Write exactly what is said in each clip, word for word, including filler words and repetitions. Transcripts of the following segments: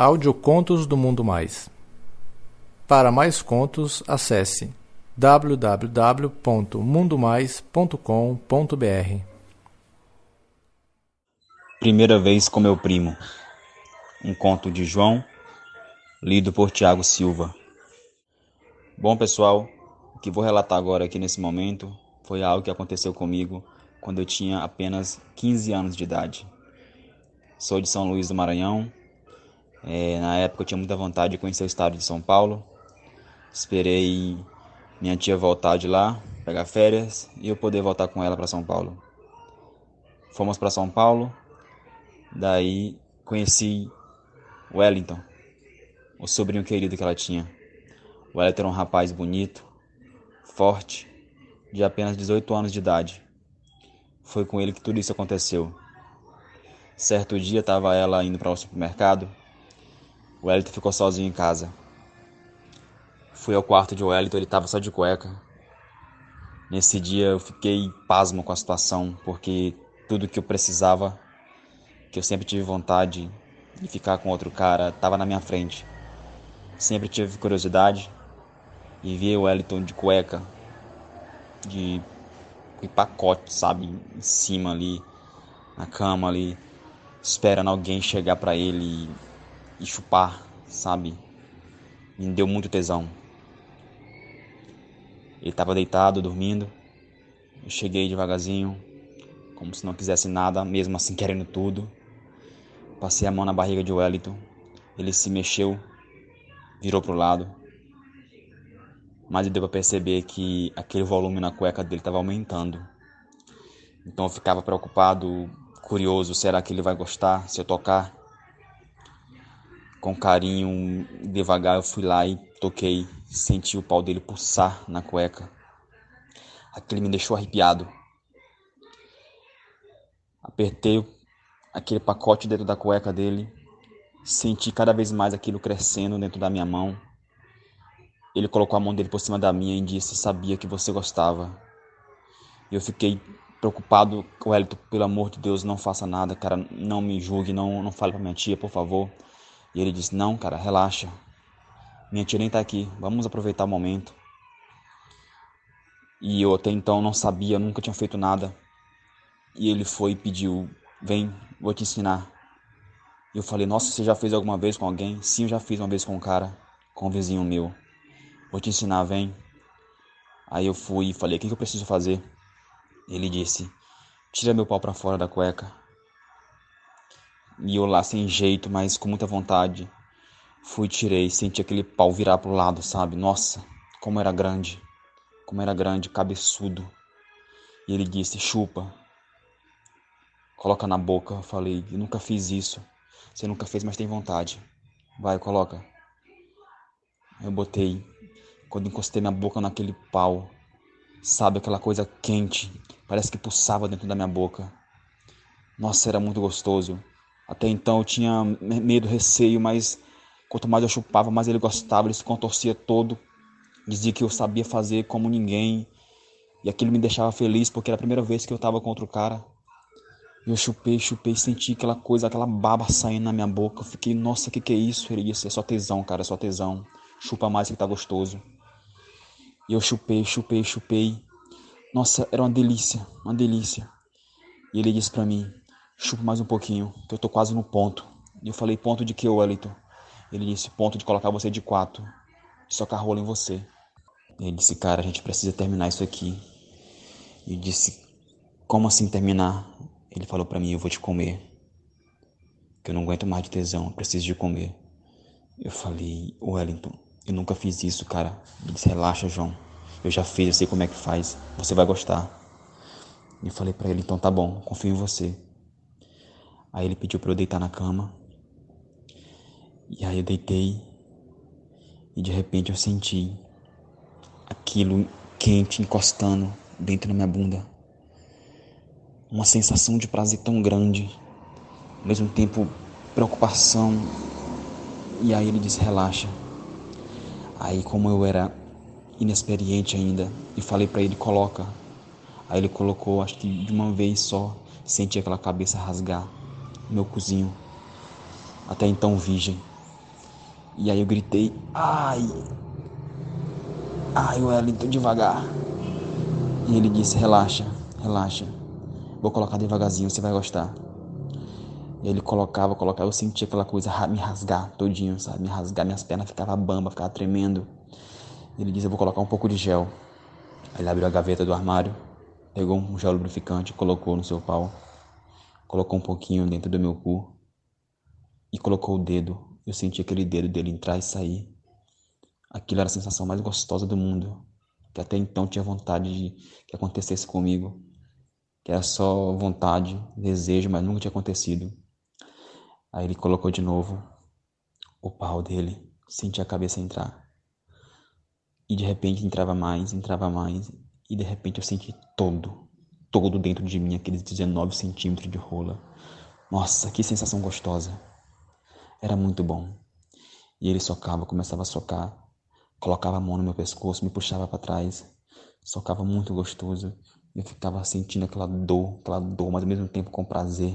Audiocontos do Mundo Mais. Para mais contos, acesse w w w ponto mundo mais ponto com ponto b r. Primeira vez com meu primo. Um conto de João, lido por Tiago Silva. Bom, pessoal, o que vou relatar agora aqui nesse momento foi algo que aconteceu comigo quando eu tinha apenas quinze anos de idade. Sou de São Luís do Maranhão. É, na época eu tinha muita vontade de conhecer o estado de São Paulo. Esperei minha tia voltar de lá, pegar férias, e eu poder voltar com ela para São Paulo. Fomos para São Paulo, daí conheci o Wellington, o sobrinho querido que ela tinha. O Wellington era um rapaz bonito, forte, de apenas dezoito anos de idade. Foi com ele que tudo isso aconteceu. Certo dia estava ela indo para o supermercado. O Wellington ficou sozinho em casa. Fui ao quarto de Wellington, ele estava só de cueca. Nesse dia eu fiquei pasmo com a situação, porque tudo que eu precisava, que eu sempre tive vontade de ficar com outro cara, estava na minha frente. Sempre tive curiosidade e vi o Wellington de cueca, de, de pacote, sabe, em cima ali, na cama ali, esperando alguém chegar pra ele e, e chupar, sabe. Me deu muito tesão. Ele estava deitado, dormindo. Eu cheguei devagarzinho, como se não quisesse nada, mesmo assim querendo tudo. Passei a mão na barriga de Wellington. Ele se mexeu, virou pro lado. Mas deu pra perceber que aquele volume na cueca dele estava aumentando. Então eu ficava preocupado, curioso, será que ele vai gostar se eu tocar? Com carinho, devagar eu fui lá e toquei. Senti o pau dele pulsar na cueca. Aquilo me deixou arrepiado. Apertei aquele pacote dentro da cueca dele. Senti cada vez mais aquilo crescendo dentro da minha mão. Ele colocou a mão dele por cima da minha e disse: sabia que você gostava. E eu fiquei preocupado. Wellington, pelo amor de Deus, não faça nada, cara. Não me julgue, não, não fale pra minha tia, por favor. E ele disse: não, cara, relaxa. Minha tia nem tá aqui, vamos aproveitar o momento. E eu até então não sabia, nunca tinha feito nada. E ele foi e pediu: vem, vou te ensinar. E eu falei: nossa, você já fez alguma vez com alguém? Sim, eu já fiz uma vez com um cara, com um vizinho meu. Vou te ensinar, vem. Aí eu fui e falei: o que eu preciso fazer? Ele disse: tira meu pau pra fora da cueca. E eu lá sem jeito, mas com muita vontade, fui e tirei, senti aquele pau virar pro lado, sabe? Nossa, como era grande, como era grande, cabeçudo. E ele disse: chupa, coloca na boca. Eu falei: eu nunca fiz isso. Você nunca fez, mas tem vontade. Vai, coloca. Eu botei. Quando encostei minha boca naquele pau, sabe, aquela coisa quente, parece que pulsava dentro da minha boca. Nossa, era muito gostoso. Até então eu tinha medo, receio, mas quanto mais eu chupava, mais ele gostava. Ele se contorcia todo, dizia que eu sabia fazer como ninguém. E aquilo me deixava feliz, porque era a primeira vez que eu estava com outro cara. Eu chupei, chupei, senti aquela coisa, aquela baba saindo na minha boca. Eu fiquei: nossa, o que que é isso? Ele disse: é só tesão, cara, é só tesão. Chupa mais que tá gostoso. E eu chupei, chupei, chupei. Nossa, era uma delícia, uma delícia. E ele disse pra mim: chupa mais um pouquinho, que eu tô quase no ponto. E eu falei: ponto de que, Wellington? Ele disse: ponto de colocar você de quatro, de socar rola em você. E ele disse: cara, a gente precisa terminar isso aqui. E eu disse: como assim terminar? Ele falou pra mim: eu vou te comer, que eu não aguento mais de tesão, eu preciso de comer. Eu falei: Wellington, eu nunca fiz isso, cara. Ele disse: relaxa, João, eu já fiz, eu sei como é que faz, você vai gostar. E eu falei pra ele: então tá bom, confio em você. Aí ele pediu pra eu deitar na cama. E aí eu deitei. E de repente eu senti aquilo quente encostando dentro da minha bunda. Uma sensação de prazer tão grande, ao mesmo tempo preocupação. E aí ele disse: relaxa. Aí, como eu era inexperiente ainda, e falei pra ele: coloca. Aí ele colocou, acho que de uma vez só. Senti aquela cabeça rasgar, meu cozinho, até então virgem. E aí eu gritei, ai, ai, Wellington, devagar. E ele disse, relaxa, relaxa. Vou colocar devagarzinho, você vai gostar. E ele colocava, colocava, eu sentia aquela coisa me rasgar todinho, sabe? Me rasgar, minhas pernas ficavam bamba, ficava tremendo. E ele disse, eu vou colocar um pouco de gel. Aí ele abriu a gaveta do armário, pegou um gel lubrificante, colocou no seu pau. Colocou um pouquinho dentro do meu cu. E colocou o dedo. Eu senti aquele dedo dele entrar e sair. Aquilo era a sensação mais gostosa do mundo. Que até então tinha vontade de que acontecesse comigo. Que era só vontade, desejo, mas nunca tinha acontecido. Aí ele colocou de novo o pau dele. Senti a cabeça entrar. E de repente entrava mais, entrava mais. E de repente eu senti todo, todo dentro de mim, aqueles dezenove centímetros de rola. Nossa, que sensação gostosa. Era muito bom. E ele socava, começava a socar. Colocava a mão no meu pescoço, me puxava para trás. Socava muito gostoso. Eu ficava sentindo aquela dor, aquela dor, mas ao mesmo tempo com prazer.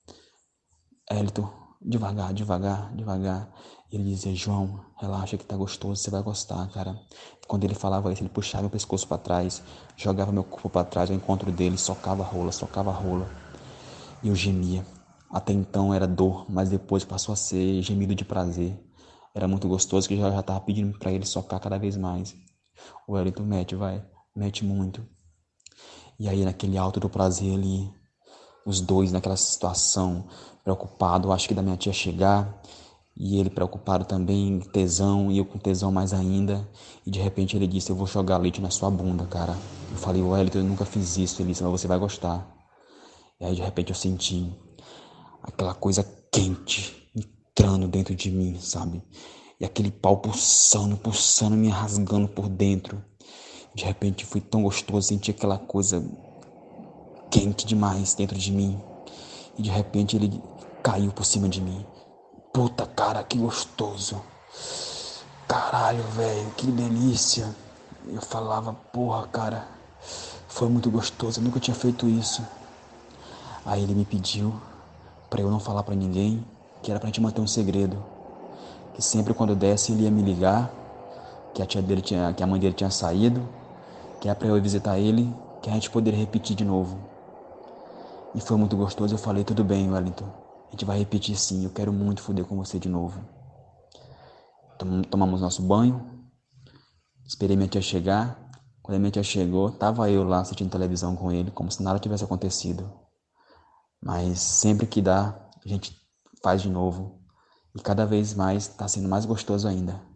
Elton, devagar, devagar, devagar. Ele dizia, João, relaxa que tá gostoso, você vai gostar, cara. Quando ele falava isso, ele puxava meu pescoço para trás, jogava meu corpo para trás ao encontro dele, socava a rola, socava a rola. E eu gemia. Até então era dor, mas depois passou a ser gemido de prazer. Era muito gostoso que eu já, já tava pedindo para ele socar cada vez mais. O Wellington mete, vai, mete muito. E aí naquele alto do prazer ali, os dois naquela situação, preocupado, acho que da minha tia chegar, e ele preocupado também, tesão, e eu com tesão mais ainda, e de repente ele disse, eu vou jogar leite na sua bunda, cara. Eu falei, Wellington, eu nunca fiz isso. Ele disse, mas você vai gostar. E aí de repente eu senti aquela coisa quente entrando dentro de mim, sabe? E aquele pau pulsando, pulsando, me rasgando por dentro. De repente foi tão gostoso, senti aquela coisa quente demais dentro de mim. E de repente ele caiu por cima de mim. Puta, cara, que gostoso. Caralho, velho, que delícia. Eu falava, porra, cara, foi muito gostoso, eu nunca tinha feito isso. Aí ele me pediu pra eu não falar pra ninguém, que era pra gente manter um segredo. Que sempre quando desse ele ia me ligar, que a tia dele tinha, que a mãe dele tinha saído, que era pra eu ir visitar ele, que a gente poderia repetir de novo. E foi muito gostoso, eu falei, tudo bem, Wellington, a gente vai repetir sim, eu quero muito foder com você de novo. Tomamos nosso banho, esperei minha tia chegar. Quando a minha tia chegou, tava eu lá assistindo televisão com ele, como se nada tivesse acontecido. Mas sempre que dá, a gente faz de novo. E cada vez mais tá sendo mais gostoso ainda.